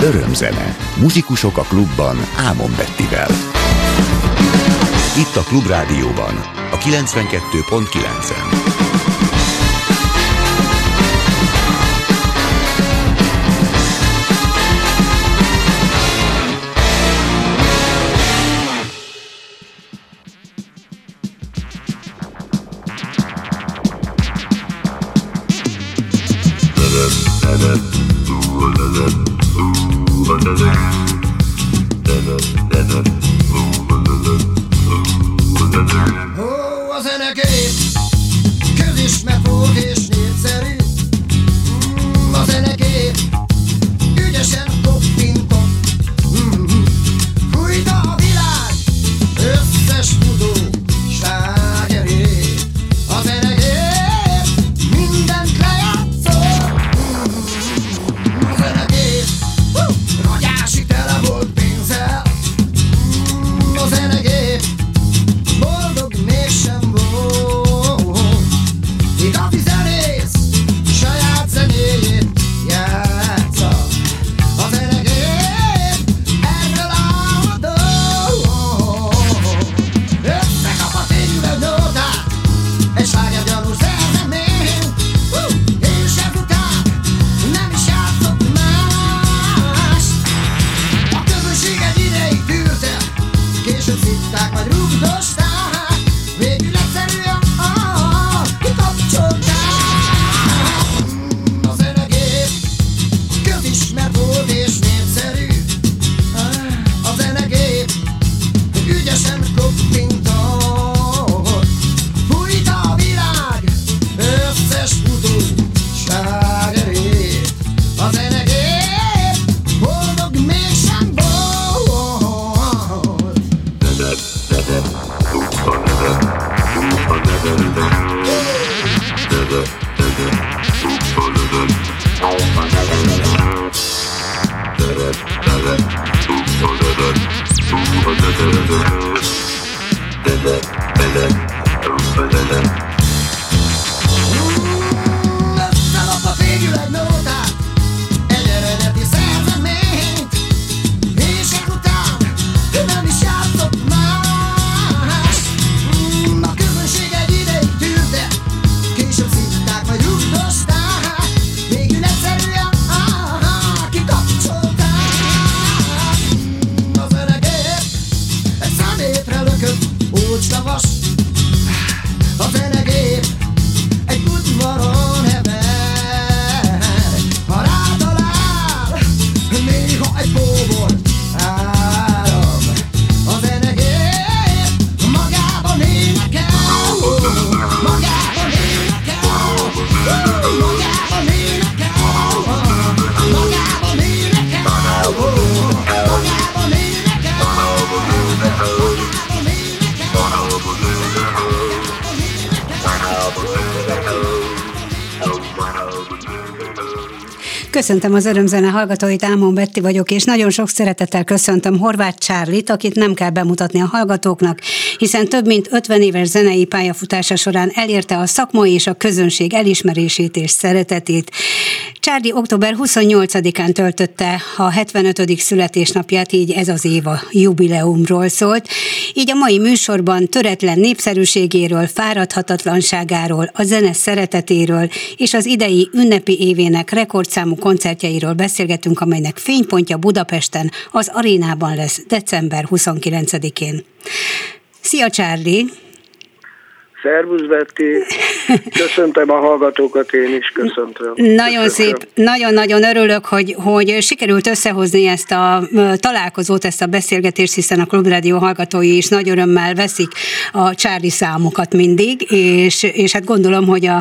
Örömzene. Muzsikusok a klubban Ámon Bettivel. Itt a Klubrádióban, a 92.9-en. A zenekép közismert volt és népszerű. A zenekép ügyesen koppintott. Fújta a világ összes tudó slágerét. A zenekép mindent lejátszott. A zenekép ragyási tele volt pénzzel. A zenekép boldog mégsem volt. Igazi zenész saját zenéjét játsza. A zenegép erről álmodott. Összekap a tényleg nótát egy slágergyanús szerzemény, és ezután nem is játszott más. A közönség egy ideig tűrte, később szitták, majd rugdosták. Végül egyszerűen kikapcsolták. A zenegép közismert volt és népszerű. A zenegép ügyesen koppintott. Fújta a világ összes futó slágerét. A zenegép boldog mégsem volt. Összelopva végül egy nótát, egy eredeti szerzeményt, és ezután nem is játszott más. A közönség egy ideig tűrte, később szitták, vagy rugdosták. Végül egyszerűen kikapcsolták. A zenegép egy szemétre lökött ócskavas. A zenegép egy udvaron hever. Ha rátalál, néha egy póbor áram. A zenegép magában énekel. Magában énekel. Magában énekel. Magában énekel. Magában Köszöntöm az Örömzene hallgatóit, Ámon Betti vagyok, és nagyon sok szeretettel köszöntöm Horváth Charlie-t, akit nem kell bemutatni a hallgatóknak, hiszen több mint 50 éves zenei pályafutása során elérte a szakmai és a közönség elismerését és szeretetét. Charlie október 28-án töltötte a 75. születésnapját, így ez az év a jubileumról szólt. Így a mai műsorban töretlen népszerűségéről, fáradhatatlanságáról, a zene szeretetéről és az idei ünnepi évének rekordszámú koncertjeiről beszélgetünk, amelynek fénypontja Budapesten az Arénában lesz december 29-én. Szia, Charlie! Szervusz, Betty! Köszöntöm a hallgatókat, én is köszöntöm. Nagyon szép, nagyon-nagyon örülök, hogy sikerült összehozni ezt a találkozót, ezt a beszélgetést, hiszen a Klubrádió hallgatói is nagy örömmel veszik a Charlie számokat mindig, és hát gondolom, hogy a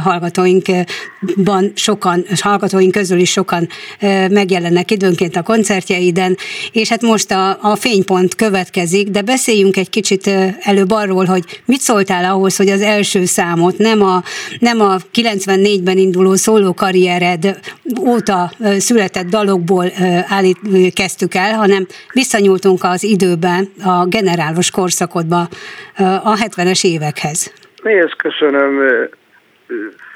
hallgatóink közül is sokan megjelennek időnként a koncertjeiden, és hát most a fénypont következik, de beszéljünk egy kicsit előbb arról, hogy mit szóltál ahhoz, hogy az első számot nem a 94-ben induló szóló karriered óta született dalokból kezdtük el, hanem visszanyúltunk az időben, a generálos korszakodba, a 70-es évekhez. Nézd, köszönöm.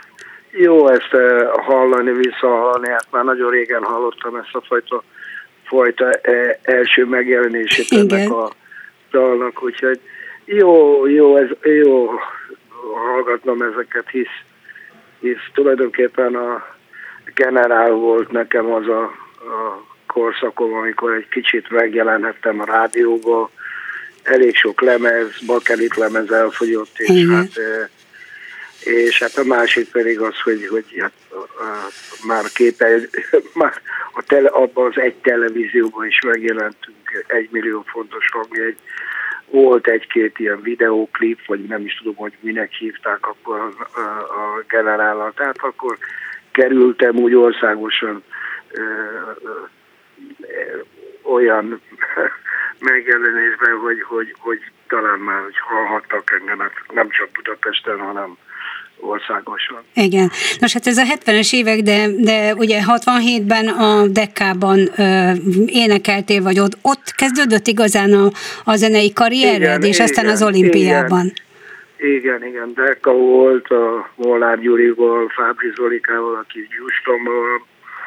Jó ezt hallani, visszahallani, hát már nagyon régen hallottam ezt a fajta fajta első megjelenését ennek a dalnak, úgyhogy jó hallgatnom ezeket, hisz tulajdonképpen a Generál volt nekem az a korszakom, amikor egy kicsit megjelenhettem a rádióba, elég sok lemez, bakelit lemez elfogyott, és hát a másik pedig az, hogy hát, már abban az egy televízióban is megjelentünk, 1 millió fontos hangjegy. Volt egy-két ilyen videóklip, vagy nem is tudom, hogy minek hívták akkor a Generállal. Tehát akkor kerültem úgy országosan olyan megjelenésben, hogy talán már hallhattak engem, nem csak Budapesten, hanem országosan. Igen. Nos, hát ez a 70-es évek, de ugye 67-ben a Dekkában énekeltél, vagy ott kezdődött igazán a zenei karriered, és aztán az olimpiában. Igen, Dekka volt a Molnár Gyurival, Fábri Zolikával, aki Houstonból,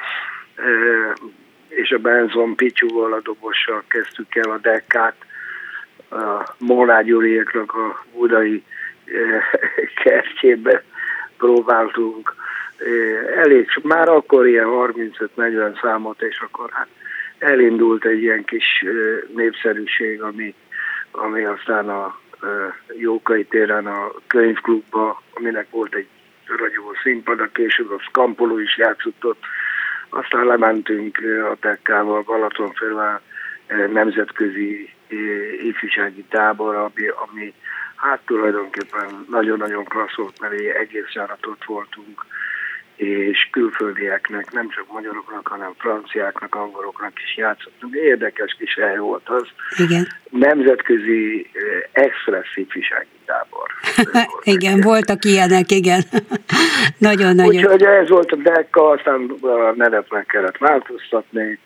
és a Benzon Pityúval, a dobossal kezdtük el a Dekkát, a Molnár Gyuriéknak a budai kertjébe próbáltunk. Már akkor ilyen 35-40 számot, és akkor hát elindult egy ilyen kis népszerűség, ami aztán a Jókai téren a könyvklubba, aminek volt egy ragyogó színpad, később a Skampoló is játszott ott. Aztán lementünk a Dekkával Balatonfélre nemzetközi ifjúsági tábor, ami hát tulajdonképpen nagyon-nagyon klassz volt, mert egész járat ott voltunk, és külföldieknek, nem csak magyaroknak, hanem franciáknak, angoloknak is játszottunk. Érdekes kis hely volt az. Igen. Nemzetközi express ifjúsági tábor. Igen, voltak ilyenek, igen. Nagyon-nagyon. Úgyhogy ez volt a Dekka, aztán a nevet meg kellett változtatni.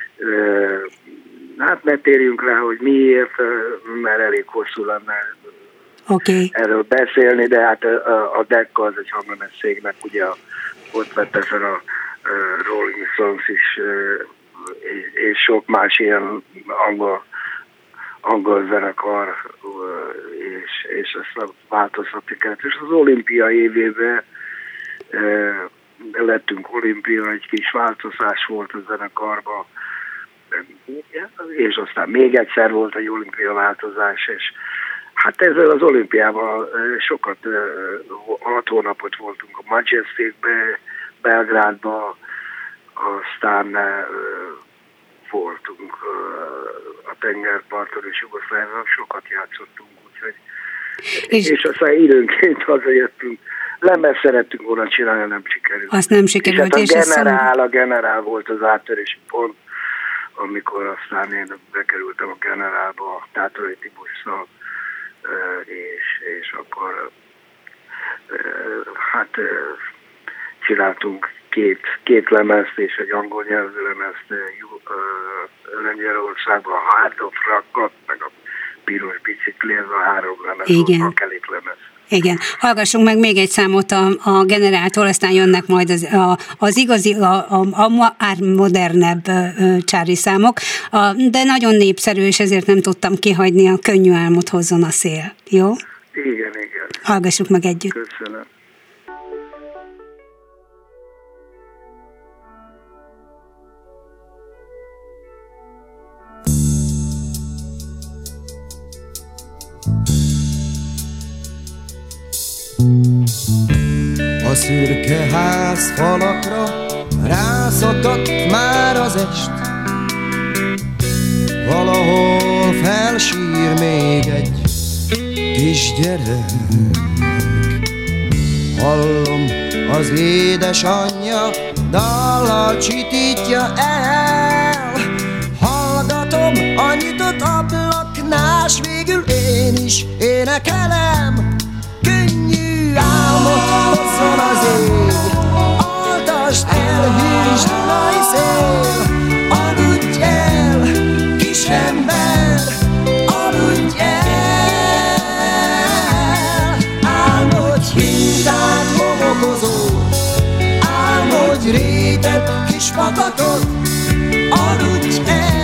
Hát ne térjünk rá, hogy miért, mert elég hosszú lenne erről beszélni, de hát a Dekka az egy hangnemez cégnek, ugye ott vette fel a Rolling Stones is, és sok más ilyen angol zenekar, és ezt változtatni kellett. És az olimpia évében lettünk olimpia, egy kis változás volt a zenekarban, és aztán még egyszer volt egy olimpia változás, és hát ezzel az olimpiával sokat, 6 hónapot voltunk a Majesticbe, Belgrádba, aztán voltunk a tengerparton és Jugoszláviában, sokat játszottunk, úgyhogy. És aztán időnként hazajöttünk. Lemezt szerettünk volna csinálni, nem sikerült. Azt nem sikerült. És a Generál volt az áttörési pont, amikor aztán én bekerültem a Generálba a Tátorai Tibusszal, és akkor hát csináltunk két lemezt és egy angol nyelvű lemezt Lengyelországban, a Hard of Rockot, meg a Piros bicikli, ez a 3 lemez, a kelik lemez. Igen. Hallgassunk meg még egy számot a Generáltól, aztán jönnek majd az igazi, a modernebb csári számok, de nagyon népszerű, és ezért nem tudtam kihagyni a Könnyű álmot hozzon a szél. Jó? Igen. Hallgassuk meg együtt. Köszönöm. A szürke ház falakra rászakadt már az est, valahol felsír még egy kisgyerek. Hallom, az édesanyja dallal csitítja el, hallgatom a nyitott ablaknál, s végül én is énekelem. Könnyű álmot hozzon az ég, altasd el, hűs Dunai szél. Aludj el, kisember, aludj el. Álmodj hintát homokozó, álmodj rétett kis patatot, aludj el.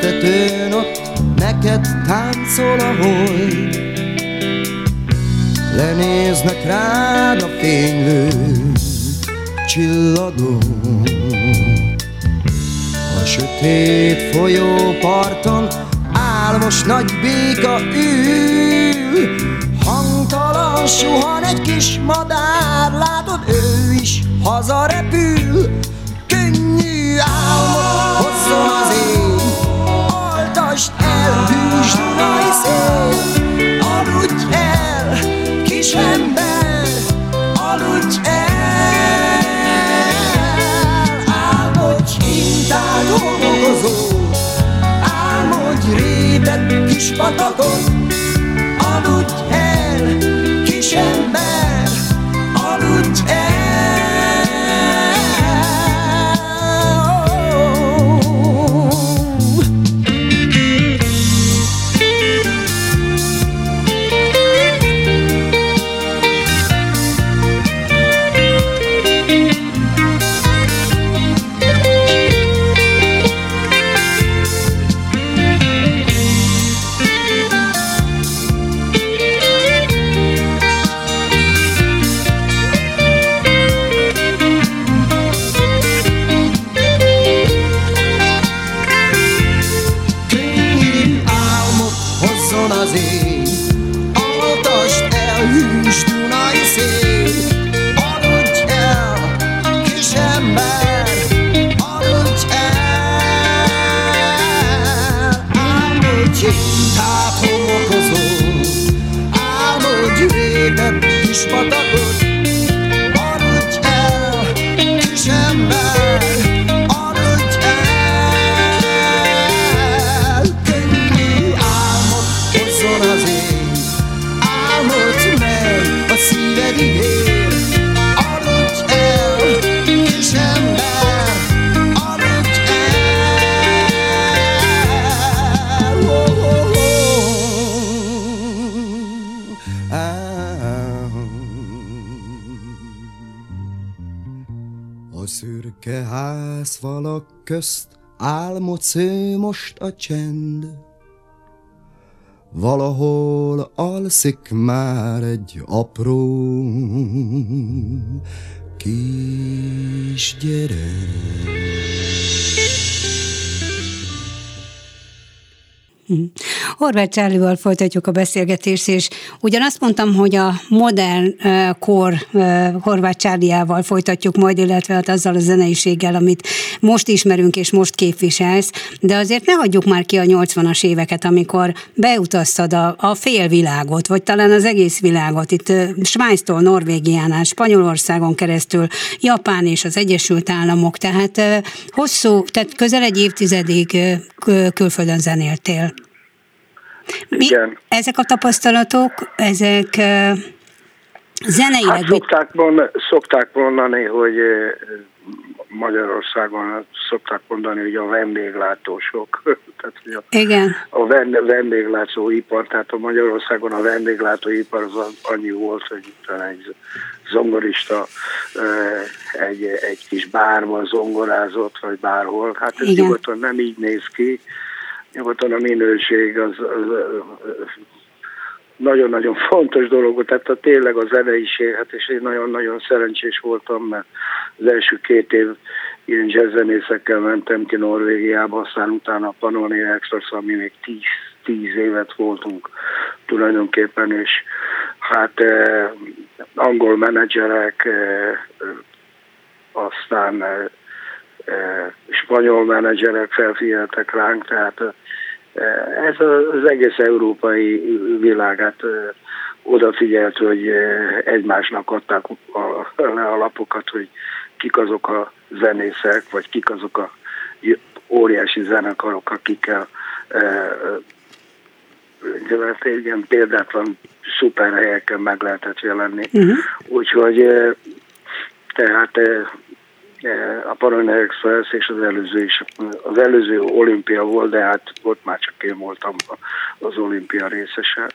kezdetön ott neked táncol a hold. Lenéznek rád a fénylő csillagok, a sötét folyóparton álmos nagy béka ül. Hangtalan suhan egy kis madár, látod, ő is hazarepül. Könnyű álmot hozzon az ég, altasd el, hűs Dunai szél. Aludj el, kis ember, aludj el. Álmodj hintát homokozó, álmodj rétett kis patakot. Aludj el, kis ember, aludj el. A szürke házfalak közt álmodsz, ő most a csend. Valahol alszik már egy apró kisgyerek. Horváth Csárlival folytatjuk a beszélgetést, és ugyanazt mondtam, hogy a modern kor Horváth Csárliával folytatjuk majd, illetve hát azzal a zeneiséggel, amit most ismerünk és most képviselsz, de azért ne hagyjuk már ki a 80-as éveket, amikor beutaztad a félvilágot, vagy talán az egész világot, itt Svájctól Norvégián át, Spanyolországon keresztül, Japán és az Egyesült Államok, tehát tehát közel egy évtizedig külföldön zenéltél. Igen. Ezek a tapasztalatok, ezek zeneileg... Hát szokták mondani, hogy Magyarországon szokták mondani, hogy a vendéglátósok. Tehát, hogy igen. A vendéglátóipar, tehát a Magyarországon a vendéglátóipar az annyi volt, hogy itt egy zongorista egy kis bárban zongorázott, vagy bárhol. Hát ez nyugodtan nem így néz ki. Nyugodtan a minőség az nagyon-nagyon fontos dolog, tehát tényleg a zeneiség, hát és én nagyon-nagyon szerencsés voltam, mert az első 2 év ilyen jazzzenészekkel mentem ki Norvégiába, aztán utána a Pannonia Express, ami még 10 évet voltunk tulajdonképpen, és hát angol menedzserek, aztán spanyol menedzserek felfigyeltek ránk, tehát ez az egész európai világát odafigyelt, hogy egymásnak adták a lapokat, hogy kik azok a zenészek, vagy kik azok a óriási zenekarok, akikkel ilyen példátlan szuper helyeken meg lehetett jelenni. Úgyhogy tehát a Pannonia Express és az előző olimpia volt, de hát ott már csak én voltam az olimpia részese.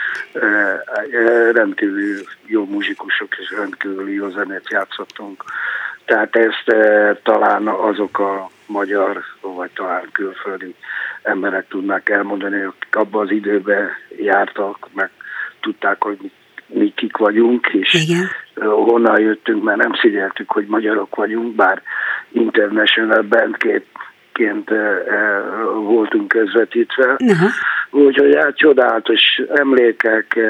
Rendkívül jó muzsikusok és rendkívül jó zenét játszottunk. Tehát ezt talán azok a magyar, vagy talán külföldi emberek tudnák elmondani, akik abban az időben jártak, meg tudták, hogy mi kik vagyunk, és igen. Honnan jöttünk, mert nem figyeltük, hogy magyarok vagyunk, bár international bandként voltunk közvetítve. Úgyhogy hát csodálatos emlékek,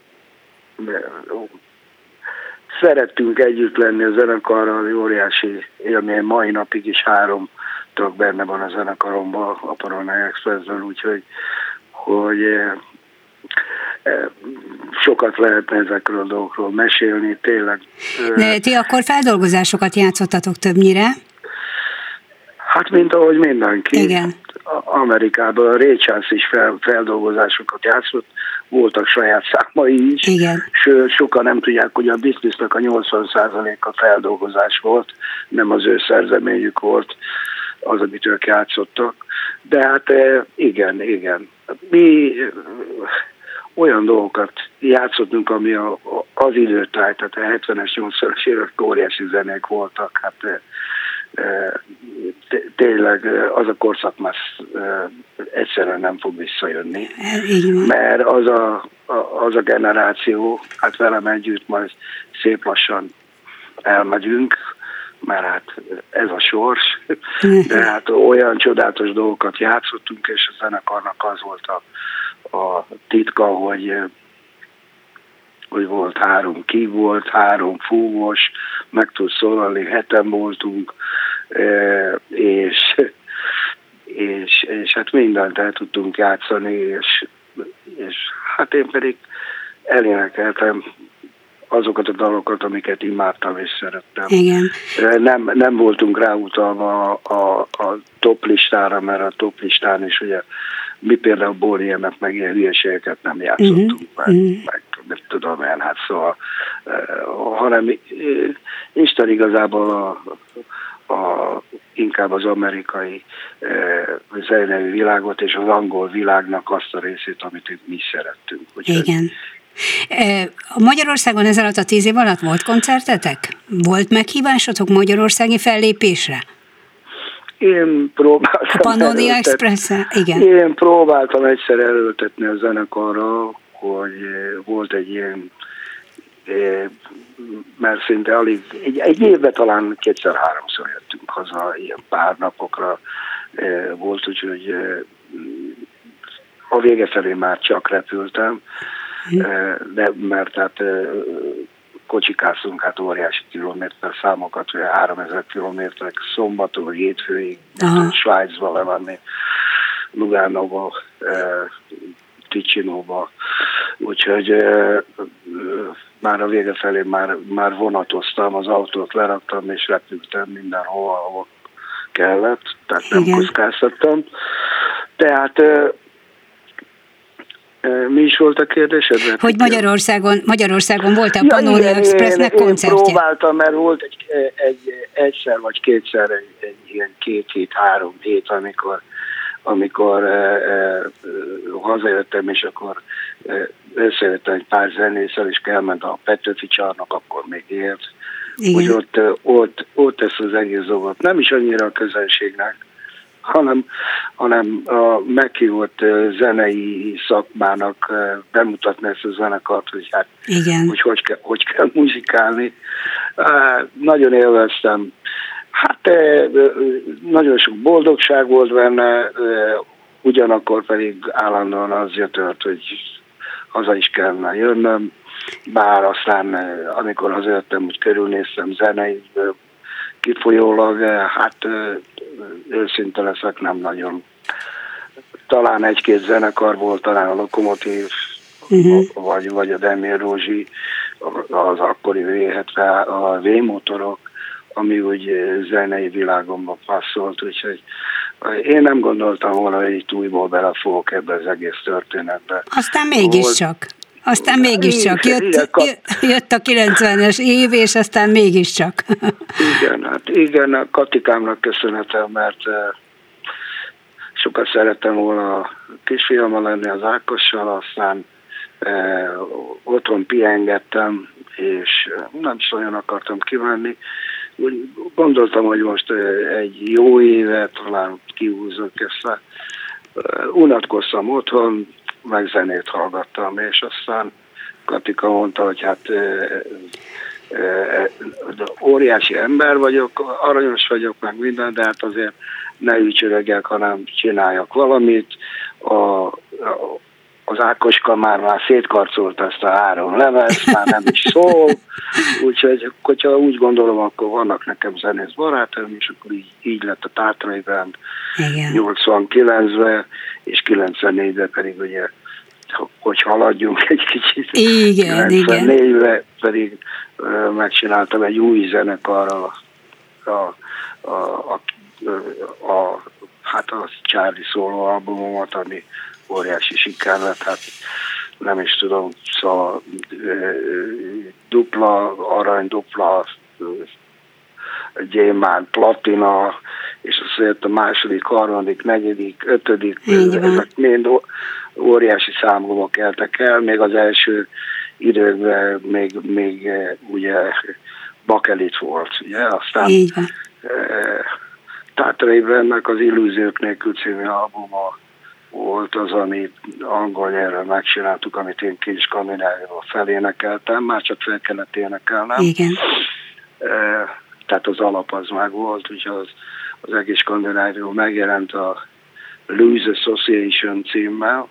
szerettünk együtt lenni a zenekarral, óriási élmény, mai napig is 3 tag benne van a zenekaromban, a Paranoia Expressben, úgyhogy sokat lehetne ezekről a dolgokról mesélni, tényleg. De ti akkor feldolgozásokat játszottatok többnyire? Hát, mint ahogy mindenki. Igen. Amerikában a Ray Charles is feldolgozásokat játszott, voltak saját számai is. Igen. Sokan nem tudják, hogy a Beatlesnek a 80%-a feldolgozás volt, nem az ő szerzeményük volt az, amit ők játszottak. De hát igen. Mi olyan dolgokat játszottunk, ami az időtáj, tehát a 70-es, 80-as évek óriási zenék voltak. Hát tényleg az a korszak már egyszerűen nem fog visszajönni. Mert az a generáció, hát velem együtt majd szép lassan elmegyünk, mert hát ez a sors. De hát olyan csodálatos dolgokat játszottunk, és a zenekarnak az volt a titka, hogy volt 3 keyboard, 3 fúvós, meg tud szólalni, 7-en voltunk, és hát mindent el tudtunk játszani, és hát én pedig elénekeltem azokat a dalokat, amiket imádtam és szerettem. Igen. Nem voltunk ráutalva a top listára, mert a top listán is ugye mi például Bohemianek meg ilyen hülyeségeket nem játszottunk, meg tudom én, hát szóval, hanem Isten igazából inkább az amerikai zenei világot és az angol világnak azt a részét, amit mi szerettünk. Igen. Magyarországon ez alatt a 10 év alatt volt koncertetek? Volt meghívásotok magyarországi fellépésre? Én próbáltam. A Pannonia Express-en? Igen. Én próbáltam egyszer előtetni a zenekarra, hogy volt egy ilyen, mert szinte alig, egy évben talán 2-3-szor jöttünk haza, ilyen pár napokra volt, úgyhogy a vége felé már csak repültem, de mert hát kocsikáztunk, hát óriási kilométer számokat, hogy 3000 kilométerek szombaton, hétfőig, Svájcba levenni, Lugánóba, Ticinóba, úgyhogy már a vége felé már vonatoztam, az autót leraktam és repültem mindenhova, ahol kellett, tehát nem kockáztattam. Tehát mi is volt a kérdésed? Hogy Magyarországon volt a Pannonia Expressnek koncertje? Én próbáltam, mert volt egyszer vagy kétszer egy ilyen 2 hét, 3 hét, amikor hazajöttem, és akkor összejöttem egy pár zenésszel, és elment a Petőfi csarnok, akkor még élt. Úgy ott ezt az egész dolgot, nem is annyira a közönségnek, hanem a meghívott zenei szakmának bemutatni ezt a zenekart, hogy hát hogy kell muzsikálni. Nagyon élveztem. Hát nagyon sok boldogság volt benne, ugyanakkor pedig állandóan az jött, hogy haza is kellene jönnöm, bár aztán amikor hazajöttem, úgy körülnéztem zeneiből kifolyólag, hát őszinte leszek, nem nagyon. Talán 1-2 zenekar volt, talán a Lokomotív, vagy a Demir Rózsi, az akkori V70, a V-motorok, ami úgy zenei világomban passzolt, úgyhogy én nem gondoltam volna, hogy itt újból bele fogok ebbe az egész történetbe. Aztán mégiscsak. Jött a 90-es év, és aztán mégiscsak. Igen, a Katikámnak köszönhetem, mert sokat szerettem volna a kisfiammal lenni az Ákossal, aztán otthon pihengettem, és nem is olyan akartam kimenni. Úgy gondoltam, hogy most egy jó évet talán kihúzok ezt unatkoztam otthon, meg zenét hallgattam, és aztán Katika mondta, hogy hát óriási ember vagyok, aranyos vagyok, meg minden, de hát azért ne ücsörögjek, hanem csináljak valamit. Az Ákoska már szétkarcolt ezt a 3 lemezt, már nem is szól, úgyhogy hogyha úgy gondolom, akkor vannak nekem zenész barátaim, és akkor így lett a Tátrai Band 89-ben, és 94-ben pedig ugye, hogy haladjunk egy kicsit, 94-ben pedig megcsináltam egy új zenekarral hát a Charlie Solo albumomat, ami óriási siker lett, hát nem is tudom, szóval dupla arany, dupla gyémánt, platina, és azért a második, harmadik, negyedik, 5. ezek mind óriási számok éltek el, még az első időkben még ugye bakelit volt, ugye, aztán Tátrai Bandnek az Illúziók nélkül című albuma volt az, amit angol nyelven megcsináltuk, amit én kis Skandináviából felénekeltem, már csak fel kellett énekelnem. Igen. Tehát az alap az meg volt, úgyhogy az egész Skandináviából megjelent a Blues Association címmel.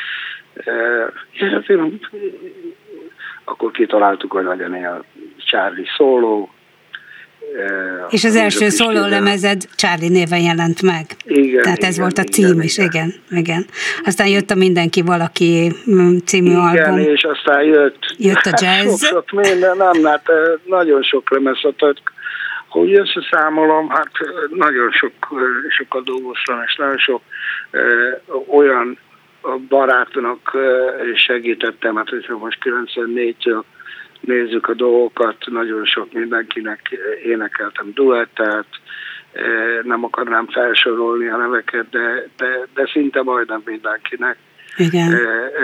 Akkor kitaláltuk, hogy legyen ilyen Charlie Solo. És az első szóló lemezed Charlie néven jelent meg. Igen. Tehát ez volt a cím is, igen. Aztán jött a Mindenki Valaki című album. Igen, és aztán jött a jazz. Sok minden, hát nagyon sok lemez, tehát hogy összeszámolom, hát nagyon sokat dolgoztam, és nagyon sok olyan barátnak segítettem, hát hogyha most 94-től nézzük a dolgokat, nagyon sok mindenkinek énekeltem duettet, nem akarnám felsorolni a neveket, de szinte majdnem mindenkinek. Igen.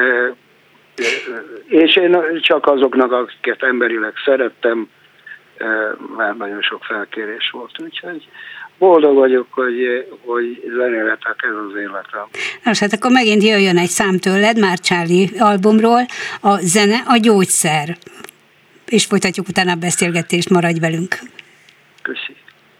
És én csak azoknak, akiket emberileg szerettem, mert nagyon sok felkérés volt, úgyhogy boldog vagyok, hogy zenélhetek, ez az életem. Nos, hát akkor megint jöjjön egy szám tőled, már Charlie albumról, a zene a gyógyszer. És folytatjuk utána a beszélgetést, maradj velünk. Köszi.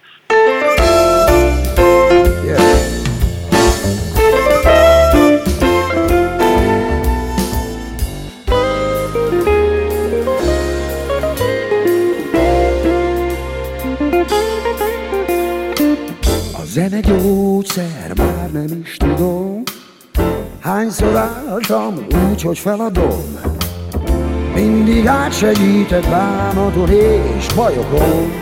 A zene gyógyszer, már nem is tudom, hányszor álltam úgy, hogy feladom. Mindig átsegített bánaton és bajokon.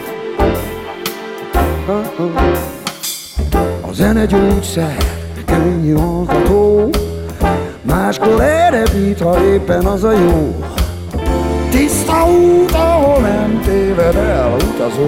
A zene gyógyszer, könnyű altató, máskor eredít, ha éppen az a jó. Tiszta út, ahol nem téved el utazó.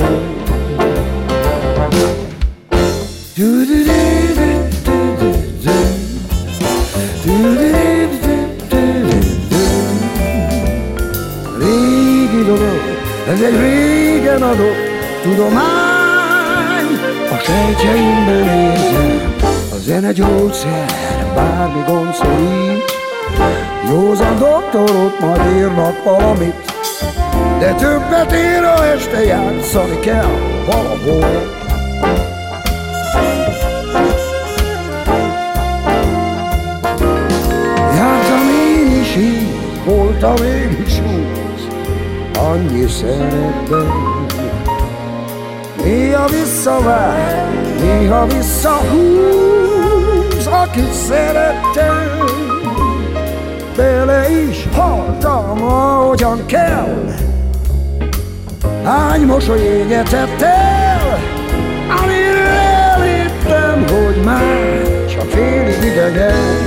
Régi dolog, ez egy régen adott tudomány, a sejtjeimben érzem, a zene gyógyszer, bármi gond szorít. Józan doktorok majd írnak valamit, de többet ér, ha este játszani kell valahol. Jártam én is így, voltam én is úgy, annyi szeretben. Néha visszavár, néha visszahúz, akit szerettem. Bele is haltam, ahogyan kell. Hány mosoly égetett el, amire elhittem, hogy már csak félig idegen.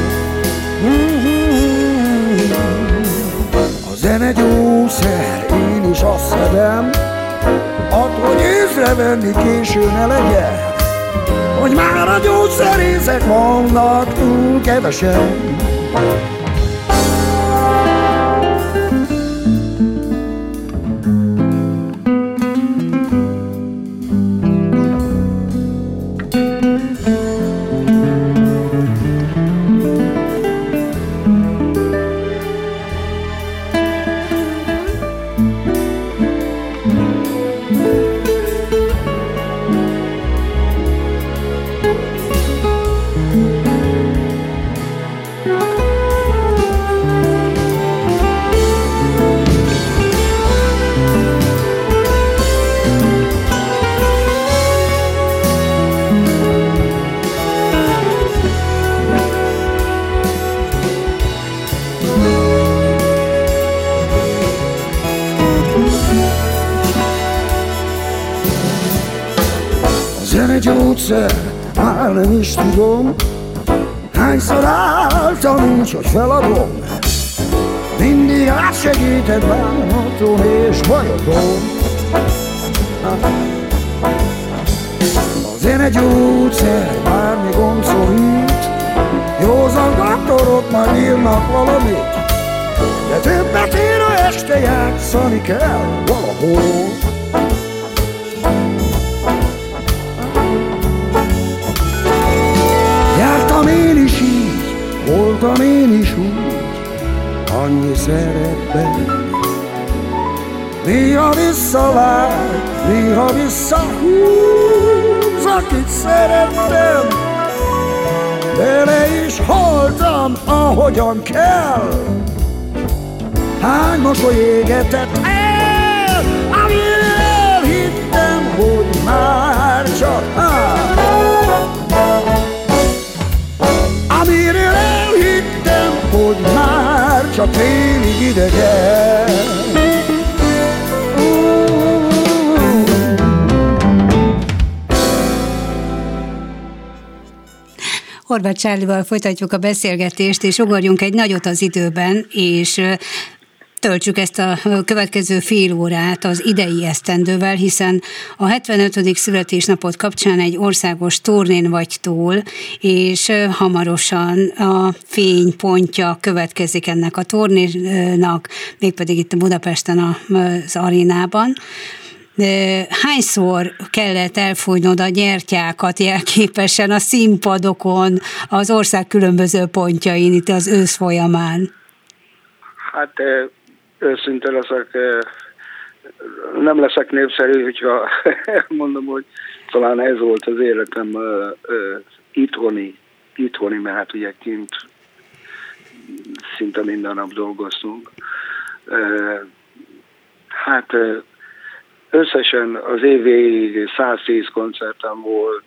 A zene gyógyszer, én is azt szedem, attól, hogy észrevenni késő ne legyen, hogy már a gyógyszerészek vannak túl kevesen. zenegyógyszer, már nem is tudom, hányszor álltam úgy, hogy feladom. Mindig átsegíted bánatom és bajodom. A zenegyógyszer bármi gond szorít, józan doktorok már írnak valamit, de többet ér, a este játszani kell valahol. Jártam én is így, voltam én is úgy, annyi szerepben. Néha visszavág, néha visszahúz, akit szerettem. Bele is haltam, ahogyan kell. Hány mosoly égetett el, amire elhittem, hogy már csak amire elhittem, hogy már csak félig idegen. Horváth Charlie-val folytatjuk a beszélgetést, és ugorjunk egy nagyot az időben, és töltsük ezt a következő fél órát az idei esztendővel, hiszen a 75. születésnapot kapcsán egy országos turnén vagy túl, és hamarosan a fénypontja következik ennek a turnénak, mégpedig itt Budapesten az arénában. Hányszor kellett elfújnod a gyertyákat jelképesen a színpadokon, az ország különböző pontjain itt az ősz folyamán? Hát őszinte leszek, nem leszek népszerű, hogyha mondom, hogy talán ez volt az életem itthoni, mert hát ugye kint szinte minden nap dolgoztunk. Hát összesen az év végig 110 koncertem volt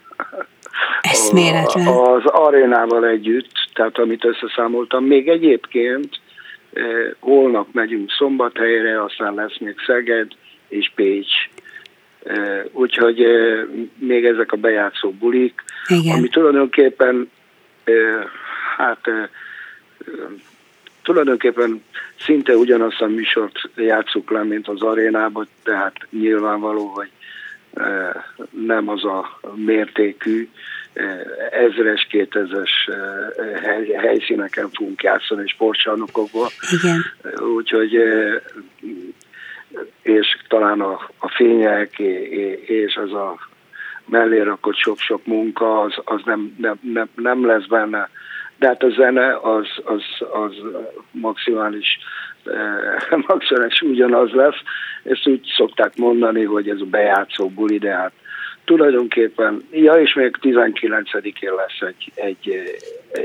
az arénával együtt, tehát amit összeszámoltam. Még egyébként holnap megyünk Szombathelyre, aztán lesz még Szeged és Pécs. Úgyhogy még ezek a bejátszó bulik, igen. Ami tulajdonképpen tulajdonképpen szinte ugyanazt a műsort játsszuk le, mint az arénában, tehát nyilvánvaló, hogy nem az a mértékű, 1000-es, 2000-es helyszíneken fogunk játszani, sportcsarnokokban. Igen. Úgyhogy és talán a fények és az a mellé rakott sok-sok munka, az nem lesz benne. De hát a zene az maximális ugyanaz lesz. Ezt úgy szokták mondani, hogy ez a bejátszó buli, de hát tulajdonképpen, és még 19-én lesz egy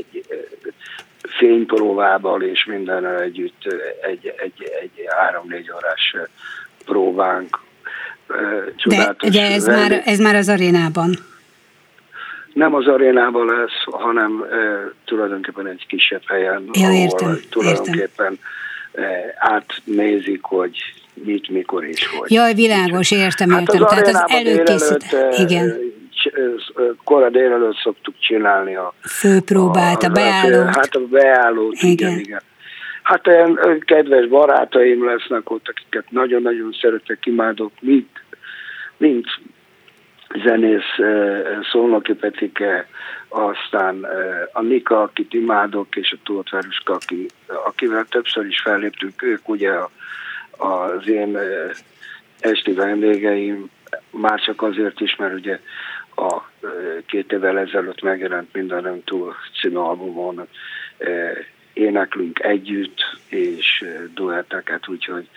fénypróbával és mindennel együtt egy 3-4 órás próbánk. De ez már az arénában? Nem az arénában lesz, hanem tulajdonképpen egy kisebb helyen, ahol tulajdonképpen átnézik, hogy mit, mikor és hogy. Jaj, világos, értem. Tehát az előkészít. Igen. Kora délelőtt szoktuk csinálni a főpróbát, a beállót. Hát a beállót, igen. Hát olyan kedves barátaim lesznek ott, akiket nagyon-nagyon szeretek, imádok, mint zenész Szolnoki Petike, aztán a Nika, akit imádok, és a Tóth Veruska, akivel többször is felléptünk, ők ugye az én esti vendégeim, már csak azért is, mert ugye a 2 évvel ezelőtt megjelent Mindenem túl című albumon éneklünk együtt, és duetteket, úgyhogy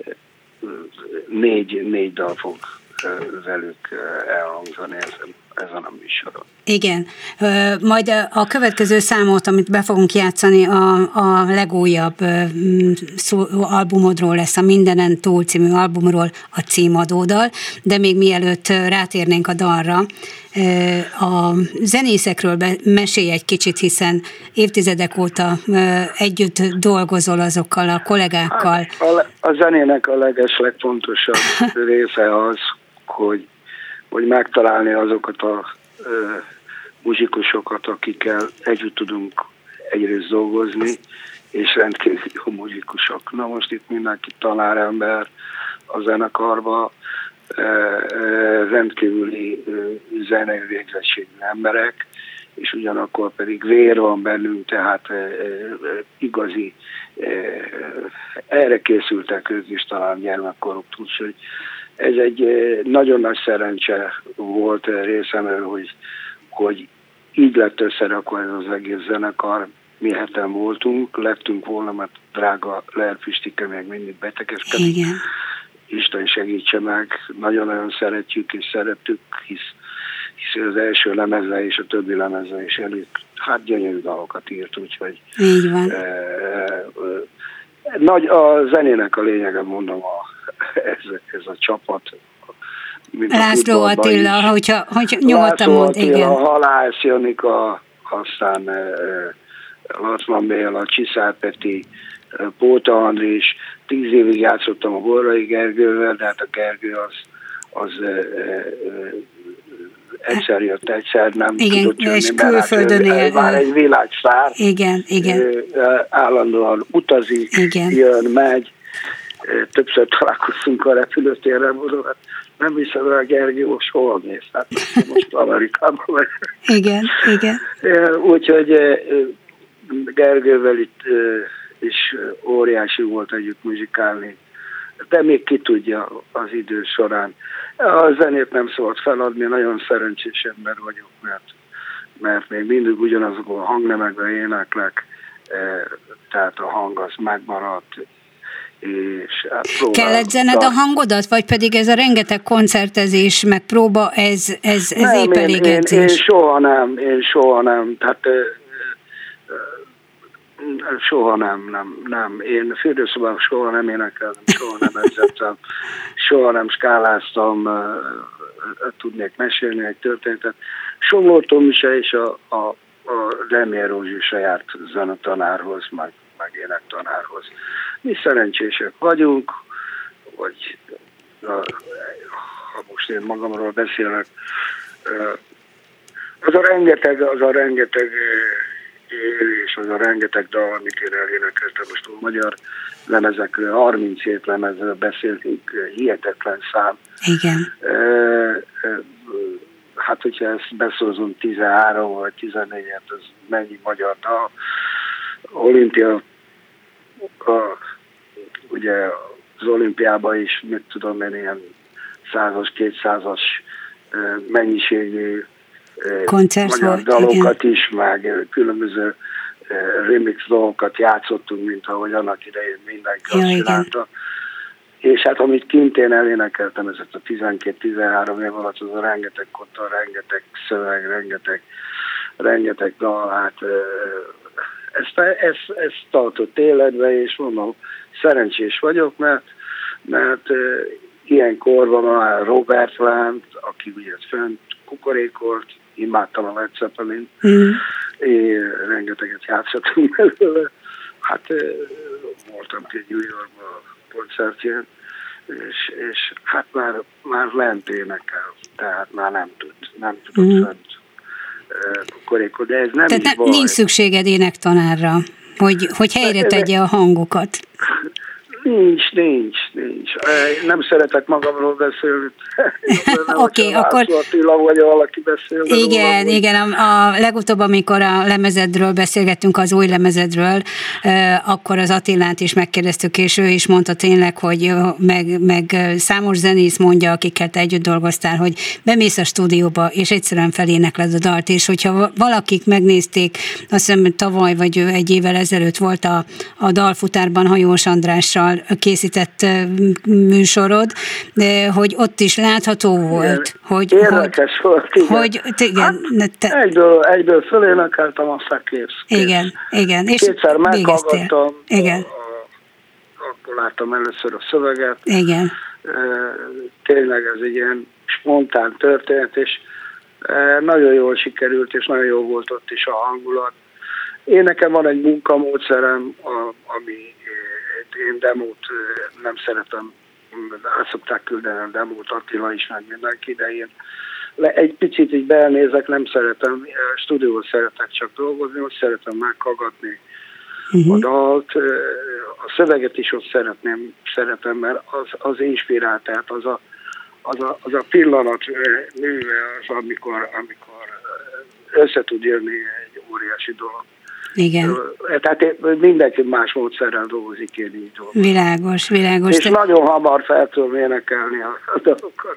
4 dal fog velük elhangzani ezen a műsoron. Igen. Majd a következő számot, amit be fogunk játszani, a legújabb albumodról lesz, a Mindenen túl című albumról, a címadódal, de még mielőtt rátérnénk a dalra, a zenészekről mesélj egy kicsit, hiszen évtizedek óta együtt dolgozol azokkal a kollégákkal. Hát, a zenének a legfontosabb része az, hogy megtalálni azokat a muzsikusokat, akikkel együtt tudunk egyrészt dolgozni, és rendkívül jó muzsikusok. Na most itt mindenki tanárember a zenekarban, rendkívüli zenei végzettségű emberek, és ugyanakkor pedig vér van bennünk, tehát igazi, erre készültek ők is talán gyermekkoruktól, úgyhogy ez egy nagyon nagy szerencse volt részemről, hogy így lett összerakva ez az egész zenekar. Mi heten voltunk, lettünk volna, mert drága Leher Pistike még mindig betegeskedik. Igen. Isten segítse meg, nagyon-nagyon szeretjük és szerettük, hisz az első lemezre és a többi lemezre is elég, hát gyönyörű dalokat írt, úgyhogy így van. Nagy a zenének a lényege, mondom, ez a csapat. László Attila, hogyha nyugodtan mond, igen. Halász Janika, aztán Latman Béla, Csiszár Peti, Póta Andrés, 10 évig játszottam a Borrai Gergővel, de hát a Gergő az egyszer jött, egyszer nem tudott jönni. És külföldön él. Már egy világsztár. Igen. Állandóan utazik, jön, megy. Többször találkoztunk a repülőtérren, mondom, hát nem hiszem rá, Gergő, most hol mész? Hát most Amerikában vagy. Igen. Úgyhogy Gergővel itt is óriási volt együtt muzsikálni, de még ki tudja az idő során. A zenét nem szabad feladni, nagyon szerencsés ember vagyok, mert még mindig ugyanazokon a hangnemekben éneklek, tehát a hang az megmaradt, és hát kellett zened a hangodat, vagy pedig ez a rengeteg koncertezés, meg próba, ez épp elég edzés? Én soha nem, tehát soha nem. Én fürdőszobában soha nem énekeltem, soha nem edzettem, soha nem skáláztam, tudnék mesélni egy történetet. Somlótom se, és a Lemér Rózsi se járt zenetanárhoz, meg énektanárhoz. Mi szerencsések vagyunk, vagy ha most én magamról beszélek, az a rengeteg és az a rengeteg dal, amit én elénekeltem most a magyar lemezekről, 37 lemezről beszélünk, hihetetlen szám. Igen. Hát, hogyha ezt beszorozunk 13 vagy 14-et, az mennyi magyar dal. Olimpia, ugye az olimpiában is, mit tudom én, ilyen 100-as, 200-as mennyiségű magyar dalokat is, meg különböző remix dalokat játszottunk, mint ahogy annak idején mindenki azt csinálta. És hát amit kint én elénekeltem, ez a 12-13 év alatt, az a rengeteg kotta, rengeteg szöveg, rengeteg dal, hát ezt tartott életbe, és mondom, szerencsés vagyok, mert ilyen korban már Robert Plant, aki ugye fönt kukorékolt, imádtam a Led Zeppelin, rengeteget játszottunk belőle. Hát voltam egy New Yorkban koncertjén, és hát már lent énekel, tehát már nem tudott fönt kukorékol, de ez nem tehát is baj. Nincs szükséged énektanárra, hogy helyre tegye a hangokat. Nincs. Nem szeretek magamról beszélni. Oké, akkor... Attila vagy valaki beszél. Igen, a legutóbb, amikor a lemezedről beszélgettünk, az új lemezedről, akkor az Attilát is megkérdeztük, és ő is mondta tényleg, hogy meg számos zenész mondja, akiket együtt dolgoztál, hogy bemész a stúdióba, és egyszerűen felénekled a dalt, és hogyha valakik megnézték, azt hiszem tavaly vagy egy évvel ezelőtt volt a Dalfutárban Hajós Andrással készített műsorod, hogy ott is látható volt, hogy... Érdekes volt, igen. Hogy, igen. Hát, egyből fölénekeltem, aztán kész. Igen. És kétszer meghallgattam, igen. Akkor láttam először a szöveget. Igen. Tényleg ez egy ilyen spontán történet, és nagyon jól sikerült, és nagyon jó volt ott is a hangulat. Nekem van egy munkamódszerem, ami én demót nem szeretem át szokták küldeni a demót, Attila is, meg mindenki, de én egy picit így belnézek, nem szeretem, stúdióban szeretek csak dolgozni, ott szeretem meghallgatni a dalt, a szöveget is ott szeretem, mert az inspirál, tehát az a pillanat műve az, amikor össze tud jönni egy óriási dolog. Igen. Tehát mindenki más módszerrel dolgozik, én így dolgozom. Világos. És nagyon hamar fel tudom énekelni a dalokat.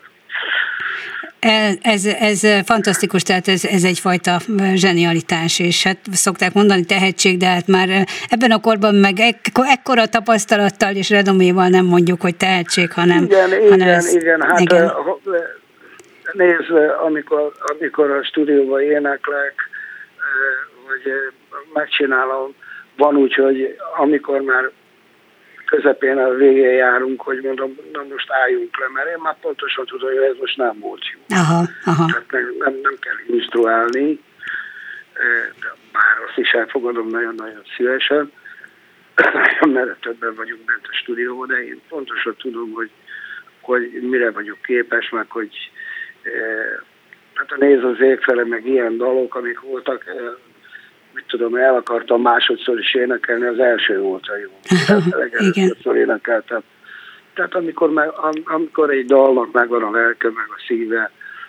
Ez fantasztikus, tehát ez egyfajta zsenialitás, és hát szokták mondani tehetség, de hát már ebben a korban meg ekkora tapasztalattal és renoméval nem mondjuk, hogy tehetség, hanem... Igen. Hát igen. Nézd, amikor a stúdióban éneklek, hogy megcsinálom, van úgy, hogy amikor már közepén a végén járunk, hogy mondom, na most álljunk le, mert én már pontosan tudom, hogy ez most nem volt jó. Aha. Tehát nem kell instruálni, de bár azt is elfogadom nagyon-nagyon szívesen, mert többen vagyunk bent a stúdióban, de én pontosan tudom, hogy mire vagyok képes, meg hogy hát a Néz az ég fele, meg ilyen dalok, amik voltak, mit tudom, el akartam másodszor is énekelni, az első volt a jó. Először énekeltem. Tehát amikor egy dalnak megvan a lelke, meg a szíve,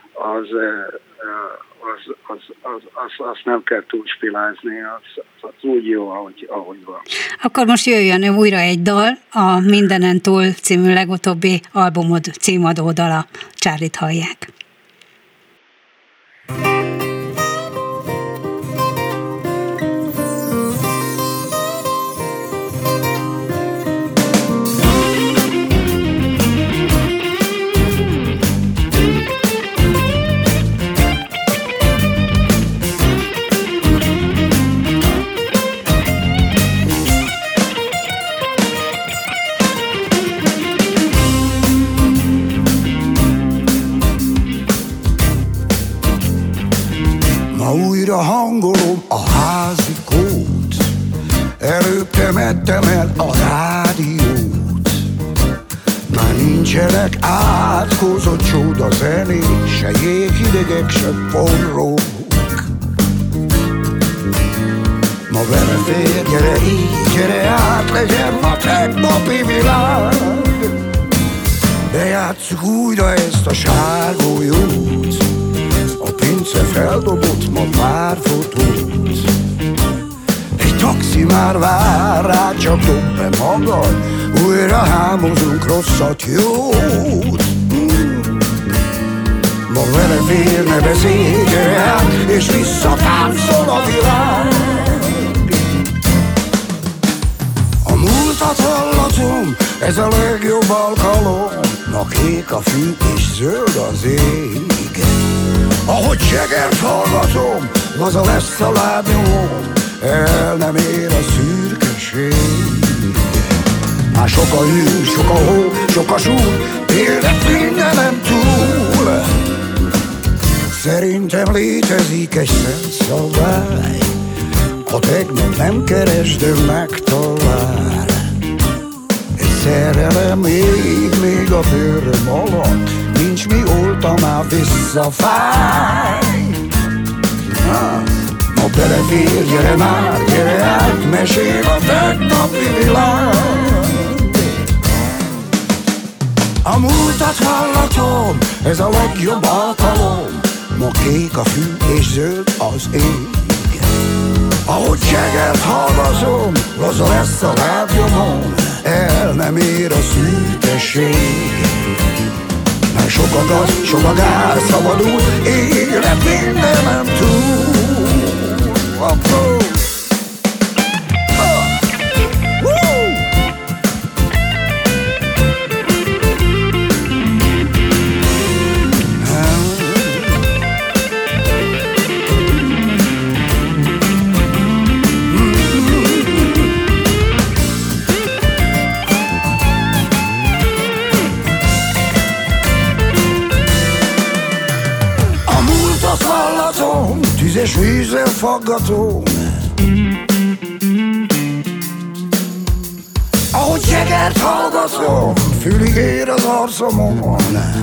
azt nem kell túlspilázni, az úgy jó, ahogy van. Akkor most jöjjön újra egy dal, a Mindenen túl című legutóbbi albumod címadó dala. Charlie-t hallják. Újra hangolom a házikót, előbb temettem el a rádiót. Már nincsenek átkozott csoda zenék, se jéghidegek, se forrók. Ma vele fér, gyere így, gyere át, legyen a tegnapi világ. De játsszuk újra ezt a sárgójót, a pince feldobott ma pár fotót. Egy taxi már vár rá, csak dob be magad, újra hámozunk rosszat, jót. Ma vele férne beszélj át, és visszatáncol a világ. A múltat hallatom, ez a legjobb alkalom, ma kék a fű és zöld az ég. Ahogy segert hallgatom, laza lesz a lábnyomom, el nem ér a szürkeség. Már sok a hű, sok a hó, sok a súly, élet mindenem túl. Szerintem létezik egy szent szabály, ha tegnap nem keresd, de megtalál. Egy szerelem még a bőröm alatt, nincs mi oltanál visszafáj. Ma belefér, gyere már, gyere át, mesél a tegnapi világ. A múltat hallatom, ez a legjobb alkalom, ma kék a fű és zöld az ég. Ahogy segert hallgatom, laza lesz a lábnyomom, el nem ér a szűkesség. Már sok a gaz, sok a gáz, szabadul, élet mindenem túl. Tüzes vízzel faggatom, ahogy Hogy Jagert hallgatom, fülig ér az arcomon.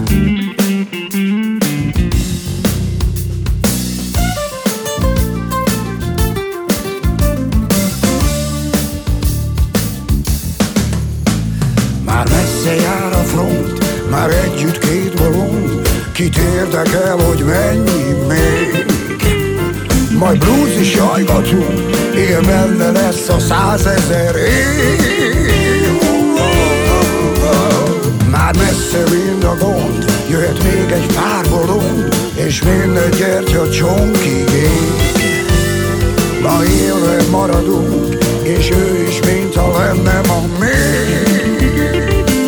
Már messze jár a front, már együtt két bolond. Kit érdekel, hogy mennyi még? Majd blues is jajgatunk, él benne lesz a 100 000 év. Már messze mind a gond, jöhet még egy pár bolond, és minden gyertya csonkig ég. Ma élve maradunk, és ő is mint ha lenne ma még.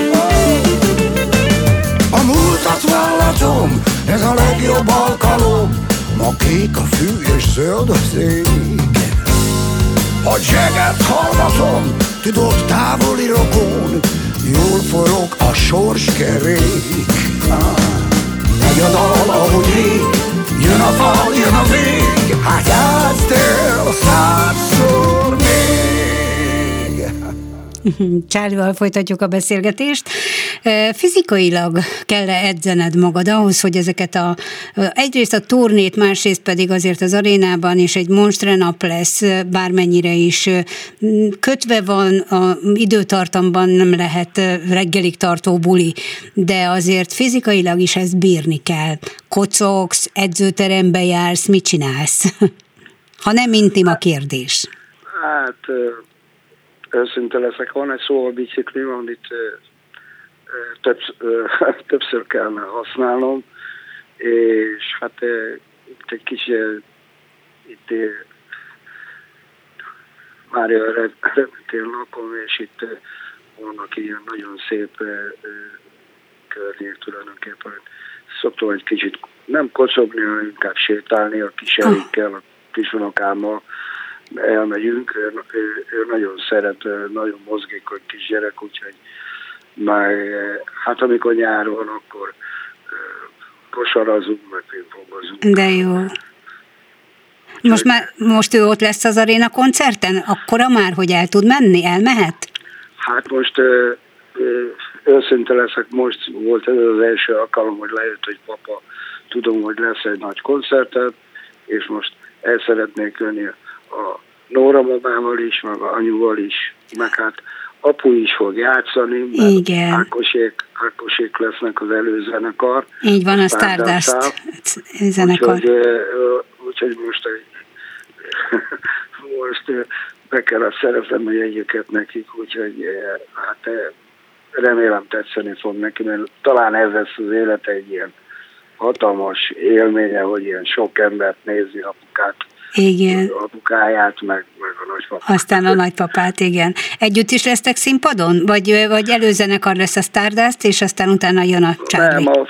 A múltat vallatom, ez a legjobb alkalom. Ma kék a fű és zöld az ég. A Jagert hallgatom, tudod, távoli rokon, jól forog a sorskerék. Megy a dal, ahogy rég, jön a fal, jön a vég. Hát játszd el 100-szor még. Charlie-val folytatjuk a beszélgetést. Fizikailag kell edzened magad ahhoz, hogy ezeket egyrészt a turnét, másrészt pedig azért az arénában is egy monstre nap lesz, bármennyire is kötve van, a időtartamban nem lehet reggelig tartó buli, de azért fizikailag is ezt bírni kell. Kocogsz, edzőterembe jársz, mit csinálsz? Ha nem intim a kérdés. Hát őszinte leszek, van egy szó a biciklim, amit többször kellene használnom, és hát itt egy kicsi, itt Mária Reptéren lakom, és itt vannak ilyen nagyon szép környék tulajdonképpen. Szoktam egy kicsit nem kocogni, hanem inkább sétálni a kiseikkel, a kisunokámmal. Elmegyünk, ő nagyon szeret, nagyon mozgékony kisgyerek, úgyhogy már, hát amikor nyár van, akkor kosarazunk, meg pingpongozunk. De jó. Most ő ott lesz az aréna koncerten? Akkora már, hogy el tud menni? Elmehet? Hát most őszinte leszek, most volt ez az első alkalom, hogy lejött, hogy papa, tudom, hogy lesz egy nagy koncertet, és most el szeretnék jönni a Nóra mamával is, meg a anyuval is, meg hát apu is fog játszani, mert Ákosék lesznek az előzenekar. Így van, a Stardust zenekar. Úgyhogy most be kellett szereznem a jegyeket nekik, úgyhogy hát remélem tetszeni fog neki, mert talán ez lesz az élete egy ilyen hatalmas élménye, hogy ilyen sok embert nézi, apukát. Igen. Apukáját, meg a nagypapát. Aztán a nagypapát, igen. Együtt is lesztek színpadon? Vagy előzenekar lesz a Stardust, és aztán utána jön a Charlie? Nem, a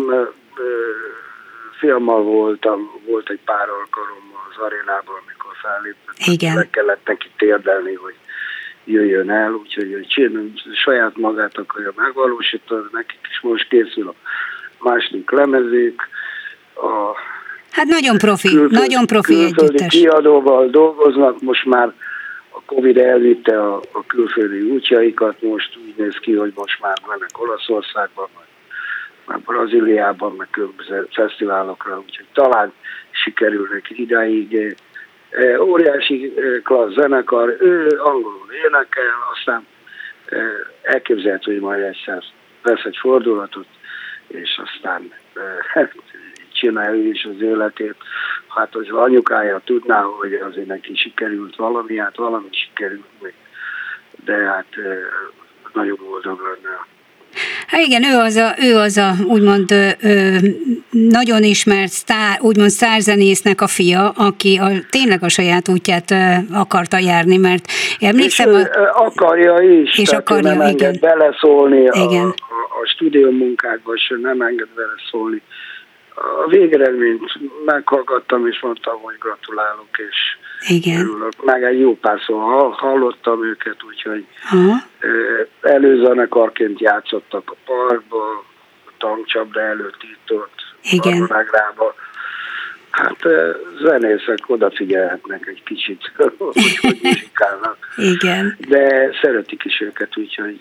fiammal volt egy pár alkalom az arénában, amikor fellépett. Igen. Meg kellett neki térdelni, hogy jöjjön el, úgyhogy saját magát akarja megvalósítani, nekik is most készül a második lemezük, hát nagyon profi együttes. Kiadóval dolgoznak, most már a Covid elvitte a külföldi útjaikat, most úgy néz ki, hogy most már mennek Olaszországban, meg Brazíliában, meg különböző fesztiválokra, úgyhogy talán sikerül neki idáig. Óriási klassz zenekar, ő angolul énekel, aztán elképzelhető, hogy majd egyszer vesz egy fordulatot, és aztán csinálja is az életét. Hát az anyukája tudná, hogy azért neki sikerült valami, hát valami sikerült még. De hát nagyon boldog lenne. Hát igen, ő az a úgymond nagyon ismert úgymond sztárzenésznek a fia, aki tényleg a saját útját akarta járni, mert emlékszem... És akarja is, és akarja, nem enged beleszólni a stúdió munkákban, sem nem enged beleszólni. A végeredményt meghallgattam, és mondtam, hogy gratulálok, és örülök. Meg egy jó párszor hallottam őket, úgyhogy előzenekarként játszottak a parkba, a tankcsapda előtt itt ott, Barbarágrába. Hát zenészek odafigyelhetnek egy kicsit, hogy muzsikálnak. Igen. De szeretik is őket, úgyhogy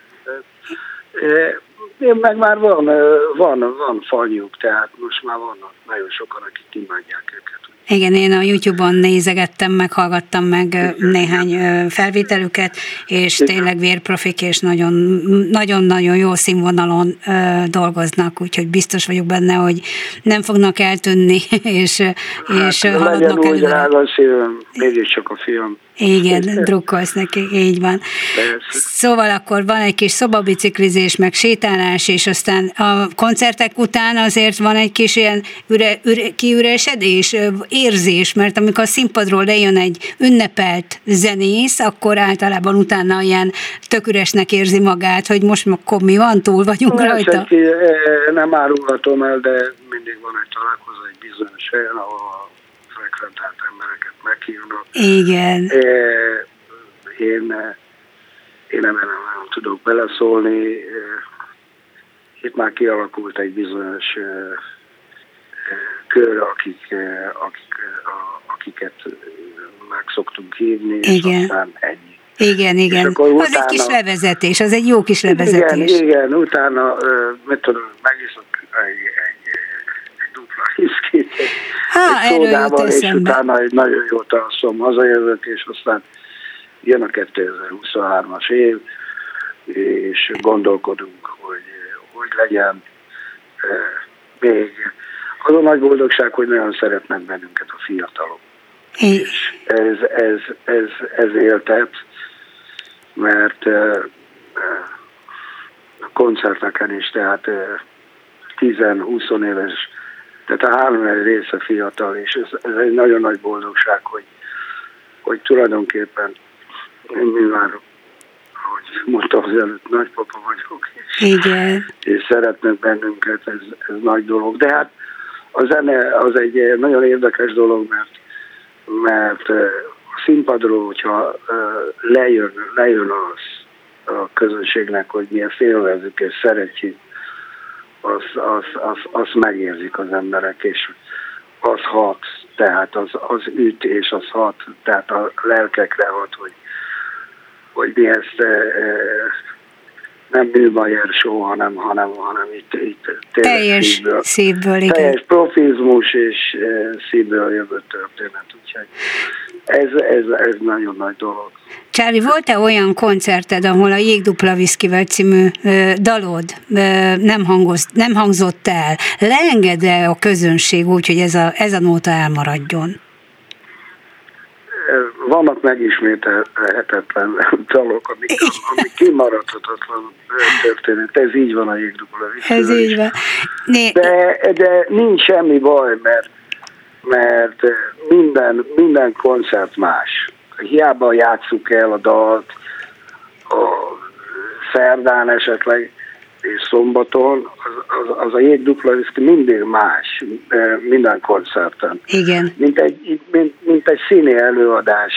én meg már van fanjuk, tehát most már vannak nagyon sokan, akik imádják őket. Igen, én a YouTube-on nézegettem, meghallgattam meg néhány felvételüket, és tényleg vérprofik, és nagyon-nagyon jó színvonalon dolgoznak, úgyhogy biztos vagyok benne, hogy nem fognak eltűnni, és haladnak legyen úgy előre. drága a szívem, mégiscsak a fiam. Igen, drukkolsz neki, így van. Szóval akkor van egy kis szobabiciklizés, meg sétálás, és aztán a koncertek után azért van egy kis ilyen kiüresedés, érzés, mert amikor a színpadról lejön egy ünnepelt zenész, akkor általában utána ilyen tök üresnek érzi magát, hogy most akkor mi van, túl vagyunk rajta. Nem árulhatom el, de mindig van egy találkozó egy bizonyos helyen, ahol frekventált embereket meghívnak. Igen. Én nem tudok beleszólni. Itt már kialakult egy bizonyos kör, akiket meg szoktunk hívni, igen. És aztán ennyi. Igen. Az egy kis levezetés, az egy jó kis levezetés. Igen, utána, mit tudom, megiszok egy dupla viszkit, egy szódával, és utána egy nagyon jó tanszom, hazajövök, és aztán jön a 2023-as év, és gondolkodunk, hogy legyen még az a nagy boldogság, hogy nagyon szeretnek bennünket a fiatalok. És ez éltet, mert a koncerteken is, tehát 10-20 éves, tehát a 3 része fiatal, és ez egy nagyon nagy boldogság, hogy tulajdonképpen én már, ahogy mondtam az előtt, nagypapa vagyok, és szeretnek bennünket, ez nagy dolog. De hát a zene az egy nagyon érdekes dolog, mert a színpadról, hogyha lejön az a közönségnek, hogy milyen félvezzük és szeretjük, azt megérzik az emberek, és az hat, tehát az üt, és az hat, tehát a lelkekre hat, hogy mi ezt nem műbajer show, hanem itt teljes szívből, igen. Teljes profizmus és szívből jövő történet, úgyhogy ez nagyon nagy dolog. Csári, volt-e olyan koncerted, ahol a Jégdupla Viszkivel című dalod nem hangzott el? Leenged-e a közönség úgy, hogy ez a nóta elmaradjon? Vannak megismételhetetlen dalok, amik kimaradhatatlan történet. Ez így van a Jégdupla Viszkivel. Ez így van. De nincs semmi baj, mert minden koncert más. Hiába játsszuk el a dalt a szerdán esetleg, és szombaton, az a Jégdupla Viszki mindig más minden koncerten. Igen. Mint egy színi előadás,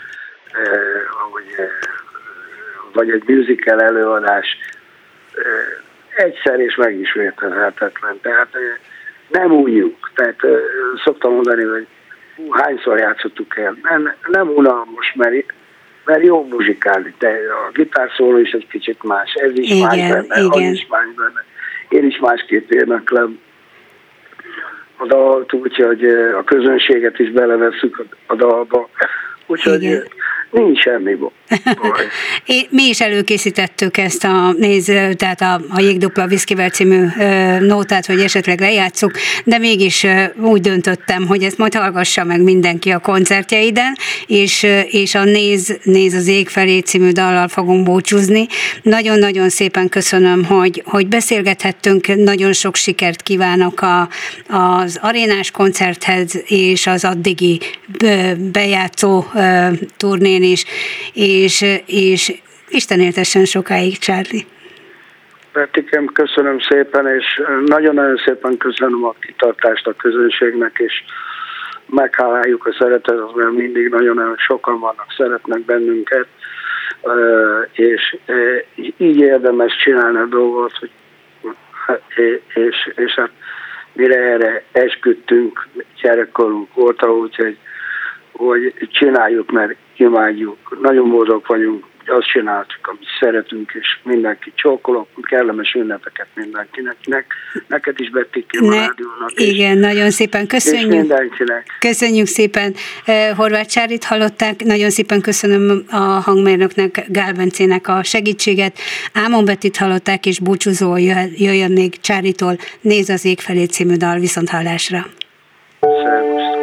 vagy egy musical előadás, egyszer és megismételhetetlen. Tehát nem újjuk. Tehát szoktam mondani, hogy hányszor játszottuk el. Nem unalmas, mert jó muzsikálni. A gitárszóló is egy kicsit más. Ez is más benne, az is más benne. Én is másképp éneklem a dalt, úgyhogy a közönséget is belevesszük a dalba. Úgyhogy nincs semmi baj. Mi is előkészítettük ezt tehát a Jégdupla Viszkivel című nótát, hogy esetleg lejátsszuk, de mégis úgy döntöttem, hogy ezt majd hallgassa meg mindenki a koncertjeiden, és a Néz az ég felé című dallal fogunk búcsúzni. Nagyon-nagyon szépen köszönöm, hogy beszélgethettünk, nagyon sok sikert kívánok az arénás koncerthez, és az addigi bejátszó turnén is, és Isten éltessen sokáig, Charlie. Bertikem, köszönöm szépen, és nagyon-nagyon szépen köszönöm a kitartást a közönségnek, és megháláljuk a szeretetet, mert mindig nagyon-nagyon sokan vannak, szeretnek bennünket, és így érdemes csinálni a dolgot, és hát mire erre esküdtünk, gyerekkorunk óta, úgyhogy hogy csináljuk, mert imádjuk. Nagyon boldog vagyunk, hogy azt csináltuk, amit szeretünk, és mindenki csókolok, kellemes ünnepeket mindenkinek. Neked is, Bettikém, a rádiónak. Igen, nagyon szépen köszönjük. És mindenkinek. Köszönjük szépen. Horváth Charlie-t hallották, nagyon szépen köszönöm a hangmérnöknek, Gál Bencének a segítséget. Ámon Bettit hallották, és búcsúzó jöjjön még Charlie-tól Nézz az ég felé című dal, viszonthallásra. Szervusztok.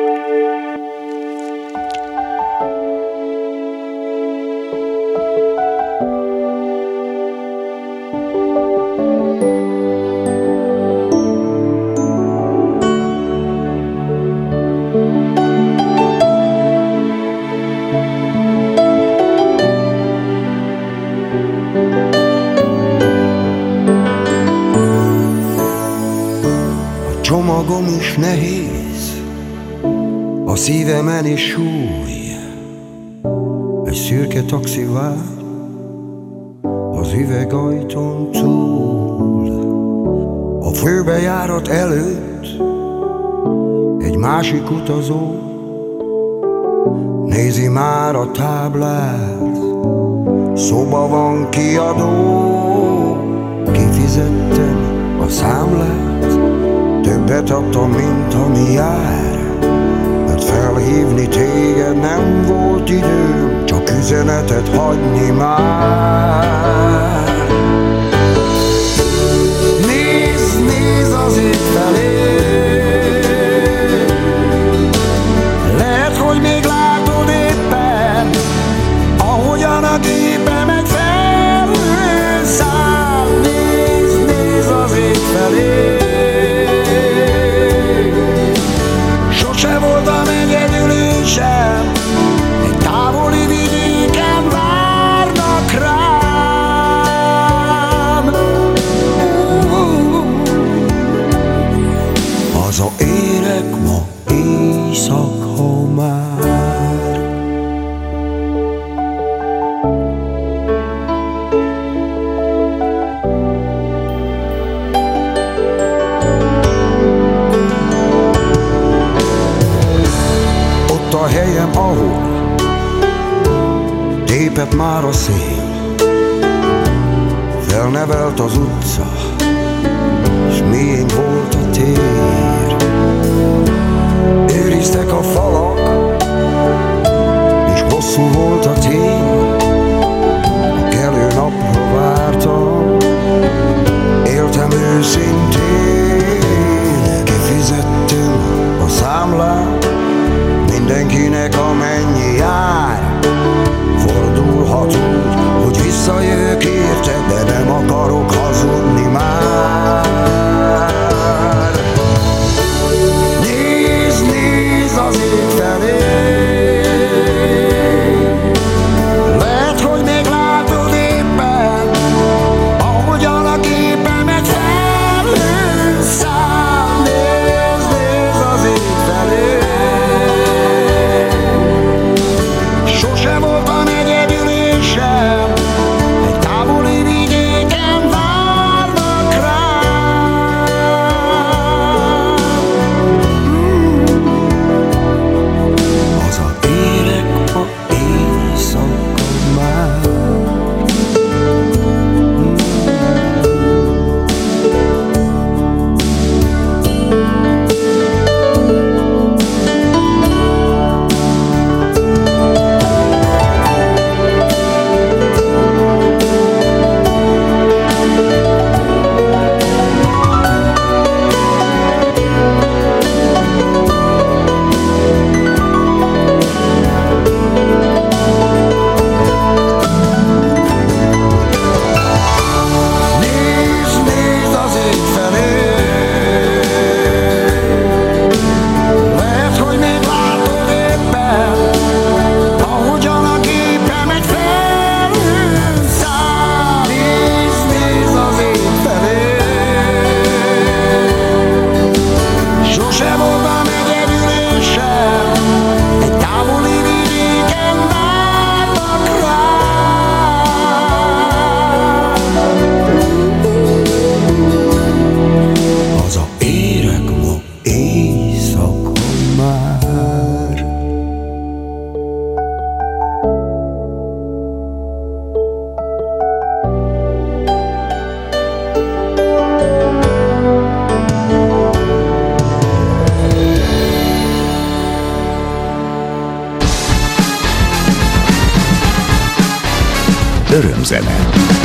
Csomagom is nehéz, a szívemen is súly. Egy szürke taxi vár az üvegajtón túl. A főbejárat előtt egy másik utazó nézi már a táblát. Szoba van, kiadó, kifizettem a számlát. Többet adtam, mint ami jár, mert felhívni téged nem volt időm, csak üzenetet hagyni már. Nézd, nézd az ég felé, lehet, hogy még látod éppen, ahogyan a gépe meg felhőn száll. Nézd, nézd az ég felé, sose voltam egyedül én sem, egy távoli vidéken várnak rám. Hazaérek ma éjszaka már. Ott a helyem, ahol tépett már a szél, felnevelt az utca, s miénk volt a tér. Őriztek a falak, és hosszú volt a tél. A kelő napra vártam, éltem őszintén. Kifizettem a számlát, mindenkinek amennyi jár. Fordulhat úgy, hogy visszajövök érte, de nem akarok hazudni már. Örömzene.